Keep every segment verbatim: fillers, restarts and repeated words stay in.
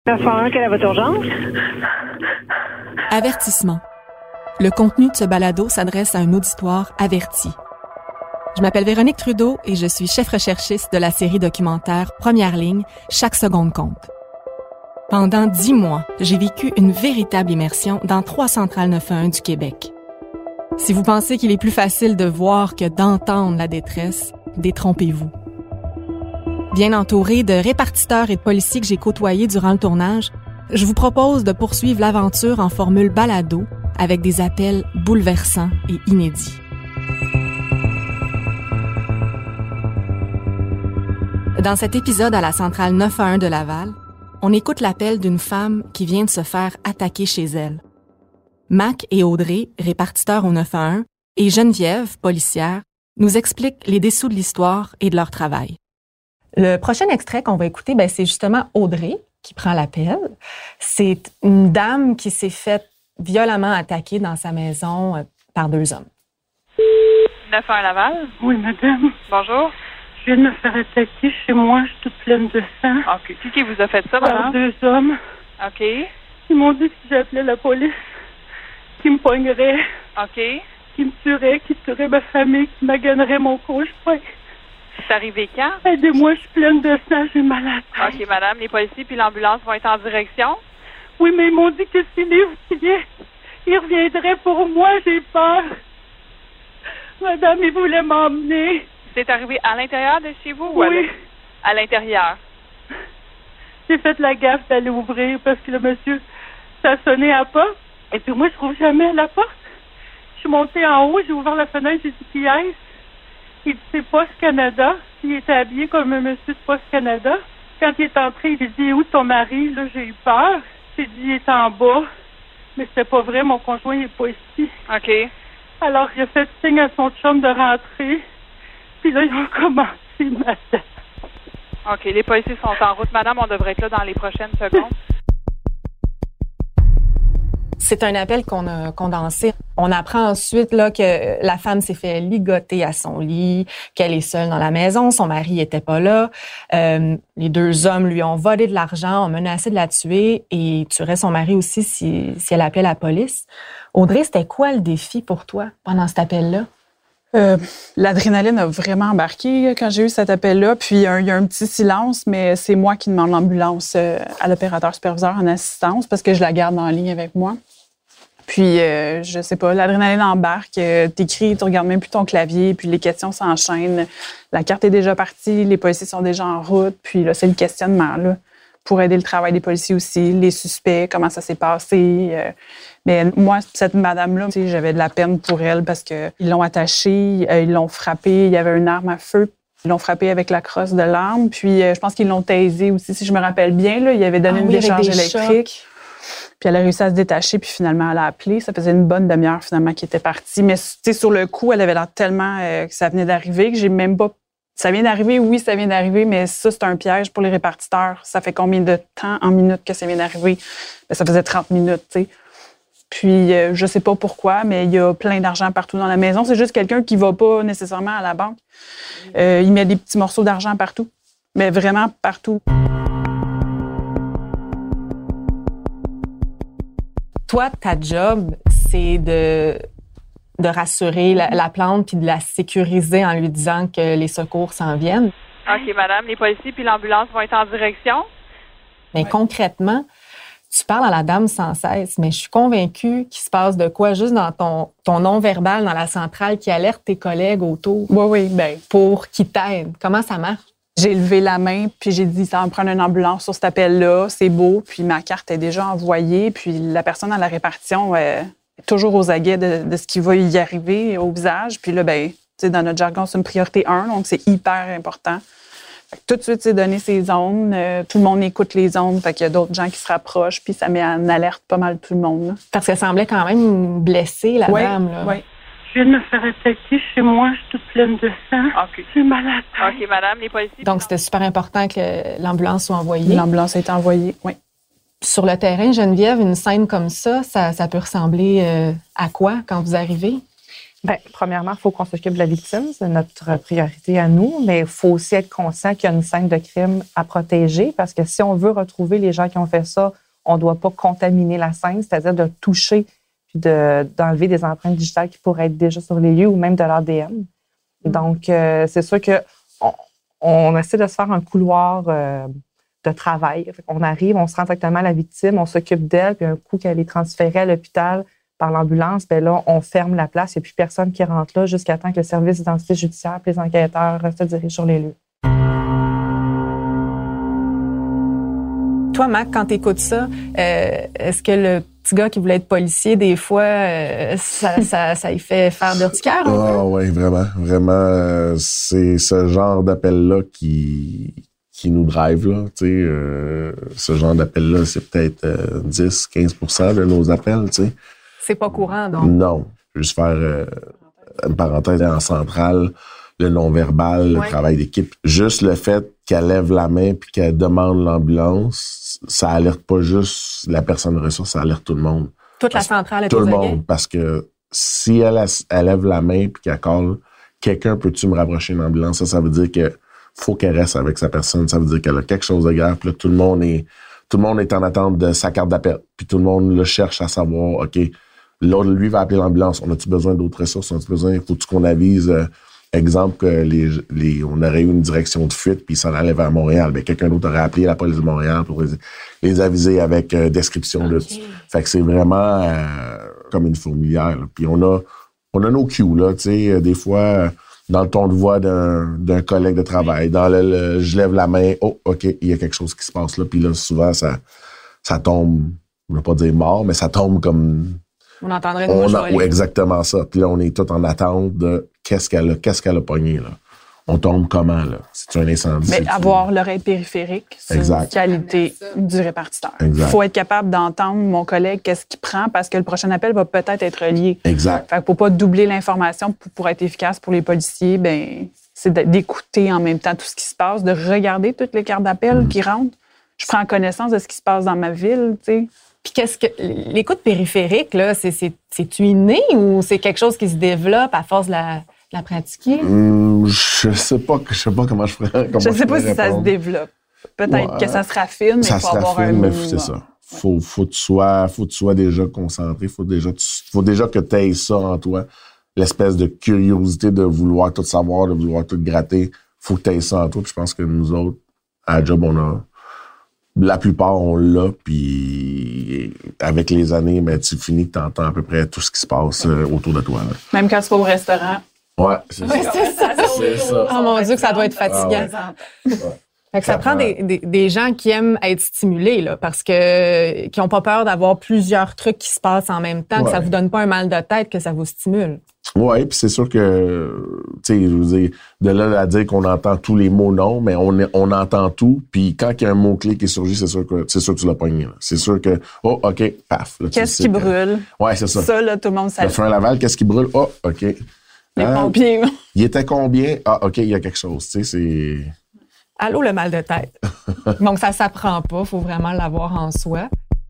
neuf un un, quelle est votre urgence? Avertissement. Le contenu de ce balado s'adresse à un auditoire averti. Je m'appelle Véronique Trudeau et je suis chef recherchiste de la série documentaire Première ligne, Chaque seconde compte. Pendant dix mois, j'ai vécu une véritable immersion dans trois centrales neuf un un du Québec. Si vous pensez qu'il est plus facile de voir que d'entendre la détresse, détrompez-vous. Bien entouré de répartiteurs et de policiers que j'ai côtoyés durant le tournage, je vous propose de poursuivre l'aventure en formule balado avec des appels bouleversants et inédits. Dans cet épisode à la centrale neuf un un de Laval, on écoute l'appel d'une femme qui vient de se faire attaquer chez elle. Mac et Audrey, répartiteurs au neuf un un, et Geneviève, policière, nous expliquent les dessous de l'histoire et de leur travail. Le prochain extrait qu'on va écouter, ben, c'est justement Audrey qui prend l'appel. C'est une dame qui s'est faite violemment attaquer dans sa maison euh, par deux hommes. neuf un un Laval? Oui, madame. Bonjour. Je viens de me faire attaquer chez moi, je suis toute pleine de sang. OK. Qui qui vous a fait ça, Par madame? deux hommes. OK. Ils m'ont dit que si j'appelais la police, qu'ils me pogneraient, OK. qu'ils me tueraient, qu'ils tueraient ma famille, qu'ils m'aganeraient mon conjoint. C'est arrivé quand? Aidez-moi, je suis pleine de sang, j'ai mal à la tête. OK, madame. Les policiers puis l'ambulance vont être en direction? Oui, mais ils m'ont dit que si les ouvriers, ils reviendraient pour moi, j'ai peur. Madame, ils voulaient m'emmener. C'est arrivé à l'intérieur de chez vous ou Oui. à l'intérieur? J'ai fait la gaffe d'aller ouvrir parce que le monsieur, ça a sonné à la porte. Et puis moi, je trouve jamais à la porte. Je suis montée en haut, j'ai ouvert la fenêtre, j'ai dit qui est-ce? Il dit c'est Poste Canada. Il était habillé comme un monsieur de Poste Canada. Quand il est entré, il dit où ton mari? Là, j'ai eu peur. J'ai dit il est en bas. Mais c'était pas vrai, mon conjoint il est pas ici. OK. Alors il a fait signe à son chum de rentrer. Puis là, ils ont commencé ma tête. OK. Les policiers sont en route. Madame, on devrait être là dans les prochaines secondes. C'est un appel qu'on a condensé. On apprend ensuite là, que la femme s'est fait ligoter à son lit, qu'elle est seule dans la maison, son mari était pas là. Euh, les deux hommes lui ont volé de l'argent, ont menacé de la tuer et tueraient son mari aussi si, si elle appelait la police. Audrey, c'était quoi le défi pour toi pendant cet appel-là? Euh, l'adrénaline a vraiment embarqué quand j'ai eu cet appel-là. Puis, il y a un, il y a un petit silence, mais c'est moi qui demande l'ambulance euh, à l'opérateur superviseur en assistance parce que je la garde en ligne avec moi. Puis, euh, je sais pas, l'adrénaline embarque, euh, t'écris, tu regardes même plus ton clavier, puis les questions s'enchaînent. La carte est déjà partie, les policiers sont déjà en route, puis là, c'est le questionnement, là, pour aider le travail des policiers aussi, les suspects, comment ça s'est passé. Euh, mais moi, cette madame-là, tu sais, j'avais de la peine pour elle parce que ils l'ont attachée, euh, ils l'ont frappée, il y avait une arme à feu. Ils l'ont frappée avec la crosse de l'arme, puis euh, je pense qu'ils l'ont tasée aussi, si je me rappelle bien, là, il avait donné ah, une oui, décharge des électrique. Chocs. Puis elle a réussi à se détacher, puis finalement, elle a appelé. Ça faisait une bonne demi-heure, finalement, qu'elle était partie. Mais, tu sais, sur le coup, elle avait l'air tellement euh, que ça venait d'arriver que j'ai même pas... Ça vient d'arriver, oui, ça vient d'arriver, mais ça, c'est un piège pour les répartiteurs. Ça fait combien de temps en minutes que ça vient d'arriver? Ben, ça faisait trente minutes, tu sais. Puis, euh, je sais pas pourquoi, mais il y a plein d'argent partout dans la maison. C'est juste quelqu'un qui va pas nécessairement à la banque. Euh, il met des petits morceaux d'argent partout, mais vraiment partout. Toi, ta job, c'est de, de rassurer la, la plante puis de la sécuriser en lui disant que les secours s'en viennent. OK, madame. Les policiers puis l'ambulance vont être en direction? Mais ouais. Concrètement, tu parles à la dame sans cesse, mais je suis convaincue qu'il se passe de quoi juste dans ton, ton non-verbal dans la centrale qui alerte tes collègues autour. Oui, oui, bien. Pour qu'ils t'aident. Comment ça marche? J'ai levé la main, puis j'ai dit, ça va me prendre une ambulance sur cet appel-là, c'est beau. Puis ma carte est déjà envoyée, puis la personne à la répartition euh, est toujours aux aguets de, de ce qui va y arriver au visage. Puis là, ben, tu sais, dans notre jargon, c'est une priorité un, donc c'est hyper important. Fait que tout de suite, c'est donner ses zones. Euh, tout le monde écoute les zones, fait qu'il y a d'autres gens qui se rapprochent, puis ça met en alerte pas mal tout le monde. Là. Parce qu'elle semblait quand même blessée, la ouais, dame. Là. Oui. Je viens de me faire attaquer chez moi, je suis toute pleine de sang. OK. J'ai mal à la tête. OK, madame, les policiers... Donc, c'était super important que l'ambulance soit envoyée. L'ambulance a été envoyée, oui. Sur le terrain, Geneviève, une scène comme ça, ça, ça peut ressembler euh, à quoi quand vous arrivez? Bien, premièrement, il faut qu'on s'occupe de la victime. C'est notre priorité à nous. Mais il faut aussi être conscient qu'il y a une scène de crime à protéger parce que si on veut retrouver les gens qui ont fait ça, on ne doit pas contaminer la scène, c'est-à-dire de toucher puis de, d'enlever des empreintes digitales qui pourraient être déjà sur les lieux ou même de l'A D N. Mm. Donc, euh, c'est sûr qu'on on essaie de se faire un couloir euh, de travail. On arrive, on se rend directement à la victime, on s'occupe d'elle, puis un coup qu'elle est transférée à l'hôpital par l'ambulance, bien là, on ferme la place. Il n'y a plus personne qui rentre là jusqu'à temps que le service d'identité judiciaire et les enquêteurs se dirigent sur les lieux. Toi, Mac, quand tu écoutes ça, euh, est-ce que le petit gars qui voulait être policier, des fois, euh, ça, ça, ça y fait faire d'urticaire? Ah oui, vraiment. Vraiment, euh, c'est ce genre d'appel-là qui, qui nous drive, là. Tu sais, euh, ce genre d'appel-là, c'est peut-être euh, dix à quinze pour cent de nos appels, tu sais. C'est pas courant, donc? Non. Je vais juste faire euh, une parenthèse en centrale. Le non-verbal, le ouais. travail d'équipe. Juste le fait qu'elle lève la main puis qu'elle demande l'ambulance, ça alerte pas juste la personne ressource, ça alerte tout le monde. Toute la centrale est tout le monde. Gain. Parce que si elle, elle lève la main puis qu'elle colle, quelqu'un peut-tu me rapprocher une ambulance? Ça, ça veut dire que faut qu'elle reste avec sa personne. Ça veut dire qu'elle a quelque chose de grave. Puis là, tout le monde est, tout le monde est en attente de sa carte d'appel. Puis tout le monde le cherche à savoir, OK, là, lui va appeler l'ambulance. On a-tu besoin d'autres ressources? On a-tu besoin, faut-tu qu'on avise, euh, exemple, que les, les, on aurait eu une direction de fuite puis ils s'en allaient vers Montréal. Bien, quelqu'un d'autre aurait appelé la police de Montréal pour les, les aviser avec euh, description okay. de tout. Fait que c'est vraiment euh, comme une fourmilière. Là. Puis on a, on a nos cues, là, tu sais, des fois, dans le ton de voix d'un, d'un collègue de travail, dans le, le je lève la main, oh, OK, il y a quelque chose qui se passe là. Puis là, souvent, ça, ça tombe, je ne veux pas dire mort, mais ça tombe comme... On entendrait une mouche voler. Oui, exactement ça. Puis là, on est tous en attente de qu'est-ce qu'elle a, qu'est-ce qu'elle a pogné, là. On tombe comment, là? C'est un incendie. Mais avoir l'oreille périphérique, c'est exact. Une qualité du répartiteur. Il faut être capable d'entendre mon collègue qu'est-ce qu'il prend parce que le prochain appel va peut-être être relié. Exact. Fait que pour pas doubler l'information, pour, pour être efficace pour les policiers, ben c'est d'écouter en même temps tout ce qui se passe, de regarder toutes les cartes d'appel mmh. qui rentrent. Je prends connaissance de ce qui se passe dans ma ville, tu sais. Puis qu'est-ce que l'écoute périphérique, là, c'est, c'est, c'est-tu inné ou c'est quelque chose qui se développe à force de la, de la pratiquer? Mmh, je sais pas, je sais pas comment je ferais. Je sais pas si répondre. Ça se développe. Peut-être ouais, que ça se raffine, mais il faut avoir raffine, un mais c'est ça. Faut, faut que tu sois, faut que tu sois déjà concentré, faut déjà, faut déjà que tu aies ça en toi, l'espèce de curiosité de vouloir tout savoir, de vouloir tout gratter. Faut que tu aies ça en toi. Puis je pense que nous autres, à la job, on a la plupart, on l'a, puis avec les années, ben, tu finis que tu entends à peu près tout ce qui se passe euh, autour de toi. Là. Même quand tu vas au restaurant. Ouais, c'est ouais, ça. C'est ça. C'est ça. Oh mon Dieu, que ça doit être fatigant. Ah, ouais. Ouais. Fait que ça, ça prend des, des, des gens qui aiment être stimulés, là, parce que qui n'ont pas peur d'avoir plusieurs trucs qui se passent en même temps, ouais. que ça vous donne pas un mal de tête, que ça vous stimule. Oui, puis c'est sûr que, tu sais, je veux dire, de là à dire qu'on entend tous les mots, non, mais on, on entend tout, puis quand il y a un mot-clé qui est surgi, c'est sûr que c'est sûr que tu l'as pogné. Là. C'est sûr que, oh, OK, paf. Là, qu'est-ce qui brûle? Oui, c'est ça. Ça, là, tout le monde sait. Le frein Laval, qu'est-ce qui brûle? Oh, OK. Les hein? pompiers. Il était combien? Ah, OK, il y a quelque chose, tu sais, c'est... Allô, le mal de tête. Donc, ça s'apprend pas, il faut vraiment l'avoir en soi.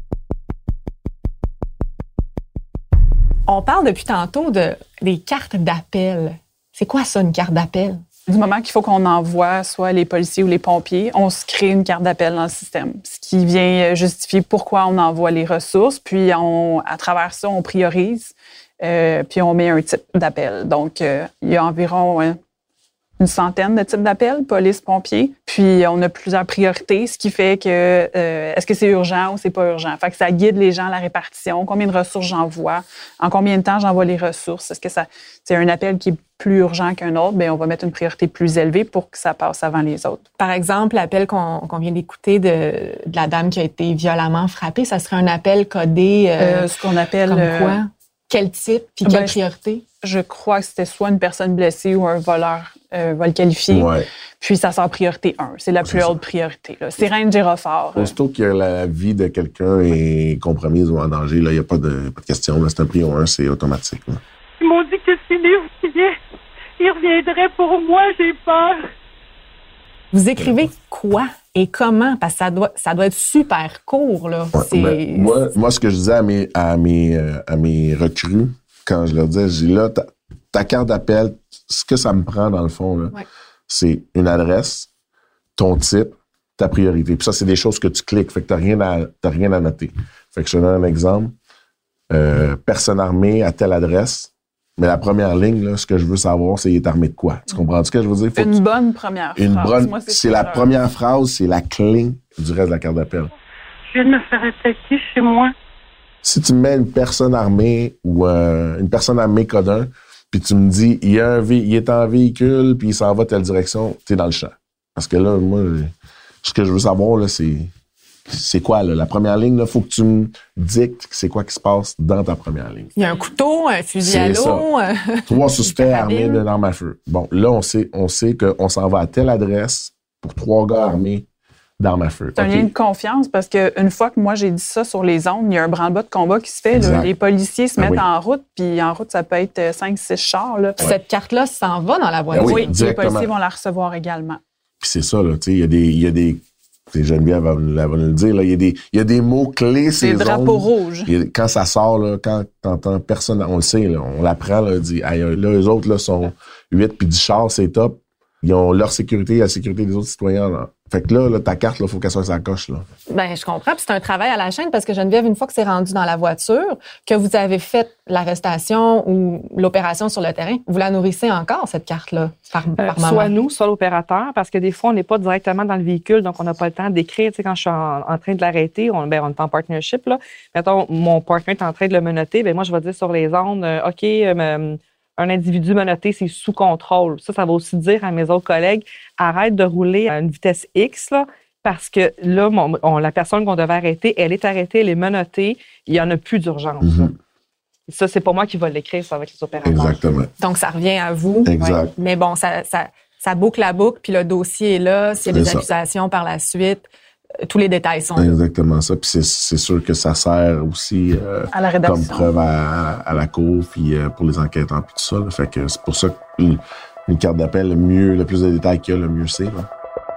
On parle depuis tantôt de, des cartes d'appel. C'est quoi ça, une carte d'appel? Du moment qu'il faut qu'on envoie soit les policiers ou les pompiers, on se crée une carte d'appel dans le système, ce qui vient justifier pourquoi on envoie les ressources. Puis, on, à travers ça, on priorise, euh, puis on met un type d'appel. Donc, euh, il y a environ... Euh, une centaine de types d'appels, police, pompiers. Puis, on a plusieurs priorités, ce qui fait que euh, est-ce que c'est urgent ou c'est pas urgent? Fait que ça guide les gens à la répartition. Combien de ressources j'envoie? En combien de temps j'envoie les ressources? Est-ce que ça, c'est un appel qui est plus urgent qu'un autre? Bien, on va mettre une priorité plus élevée pour que ça passe avant les autres. Par exemple, l'appel qu'on, qu'on vient d'écouter de, de la dame qui a été violemment frappée, ça serait un appel codé... Euh, euh, ce qu'on appelle... Comme quoi? Euh, Quel type? Puis quelle ben, priorité? Je crois que c'était soit une personne blessée ou un voleur euh, vol qualifié. Ouais. Puis ça sort priorité un. C'est la plus haute priorité. Là. Sirène gyrophare. Aussitôt que la vie de quelqu'un est compromise ou en danger, il n'y a pas de, pas de question. Là, c'est un prio un, c'est automatique. Là. Ils m'ont dit que si Léo vient, il reviendrait pour moi. J'ai peur. Vous écrivez quoi et comment? Parce que ça doit, ça doit être super court, là. Ouais, c'est... Ben, moi, moi, ce que je disais à mes, à mes, euh, à mes recrues, quand je leur disais, je dis là, ta carte d'appel, ce que ça me prend dans le fond, là, ouais. c'est une adresse, ton type, ta priorité. Puis ça, c'est des choses que tu cliques, fait que t'as rien à, t'as rien à noter. Fait que je te donne un exemple. Euh, personne armée à telle adresse. Mais la première ligne, là, ce que je veux savoir, c'est il est armé de quoi. Tu comprends ce que je veux dire? Faut une tu... bonne première une phrase. Bonne... Moi, c'est c'est la première phrase, c'est la clé du reste de la carte d'appel. Je viens de me faire attaquer chez moi. Si tu me mets une personne armée ou euh, une personne armée code un, puis tu me dis il, y a un vé... il est en véhicule, puis il s'en va telle direction, t'es dans le champ. Parce que là, moi, ce que je veux savoir, là, c'est c'est quoi, là? La première ligne, il faut que tu me dictes c'est quoi qui se passe dans ta première ligne. Il y a un couteau, un fusil C'est à ça. l'eau. Trois suspects armés d'une arme à feu. Bon, là, on sait, on sait qu'on s'en va à telle adresse pour trois gars armés d'armes à feu. C'est un okay. lien de confiance parce qu'une fois que moi j'ai dit ça sur les ondes, il y a un branle-bas de combat qui se fait. Là. Les policiers se ben mettent oui. en route, puis en route, ça peut être cinq six chars. Là. Ouais. Cette carte-là s'en va dans la voiture. Ben oui, oui, les policiers vont la recevoir également. Puis c'est ça, là, tu sais, il y a des... Il y a des Geneviève va, va nous le dire, là, il y a des, il y a des mots-clés, ces Des drapeaux ondes. rouges. A, quand ça sort, là, quand t'entends personne, on le sait, là, on l'apprend, là, dit, là, eux autres, là, sont huit puis dix chars, c'est top. Ils ont leur sécurité et la sécurité des autres citoyens, là. Fait que là, là ta carte, il faut qu'elle soit sur la coche, là. Ben, je comprends. Puis c'est un travail à la chaîne parce que Geneviève, une fois que c'est rendu dans la voiture, que vous avez fait l'arrestation ou l'opération sur le terrain, vous la nourrissez encore, cette carte-là, par, Euh, par moment. soit nous, soit l'opérateur, parce que des fois, on n'est pas directement dans le véhicule, donc on n'a pas le temps d'écrire. Tu sais, quand je suis en, en train de l'arrêter, on, ben, on est en partnership, là. Mettons, mon partner est en train de le menotter, ben moi, je vais dire sur les ondes, euh, OK, euh, un individu menotté, c'est sous contrôle. Ça, ça va aussi dire à mes autres collègues, arrête de rouler à une vitesse X, là, parce que là, mon, on, la personne qu'on devait arrêter, elle est arrêtée, elle est menottée, il n'y en a plus d'urgence. Mm-hmm. Ça, c'est pas moi qui vais l'écrire, ça, avec les opérateurs. Exactement. Donc, ça revient à vous. Exact. Ouais. Mais bon, ça, ça, ça boucle la boucle, puis le dossier est là. S'il y a des accusations par la suite, tous les détails sont là. Exactement ça. Puis c'est, c'est sûr que ça sert aussi euh, à la rédaction. Comme preuve à, à la cour, puis euh, pour les enquêteurs, puis tout ça. Là. Fait que c'est pour ça qu'une une carte d'appel, le mieux, le plus de détails qu'il y a, le mieux c'est. Là.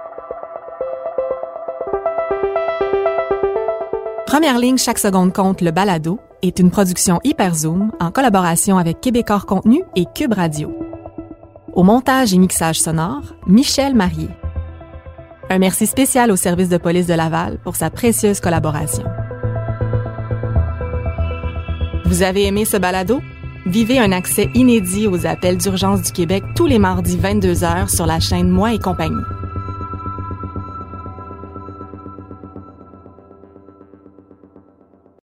Première ligne, chaque seconde compte, le balado, est une production Hyperzoom en collaboration avec Québecor Contenu et Cube Radio. Au montage et mixage sonore, Michel Marié. Un merci spécial au service de police de Laval pour sa précieuse collaboration. Vous avez aimé ce balado? Vivez un accès inédit aux appels d'urgence du Québec tous les mardis vingt-deux heures sur la chaîne Moi et compagnie.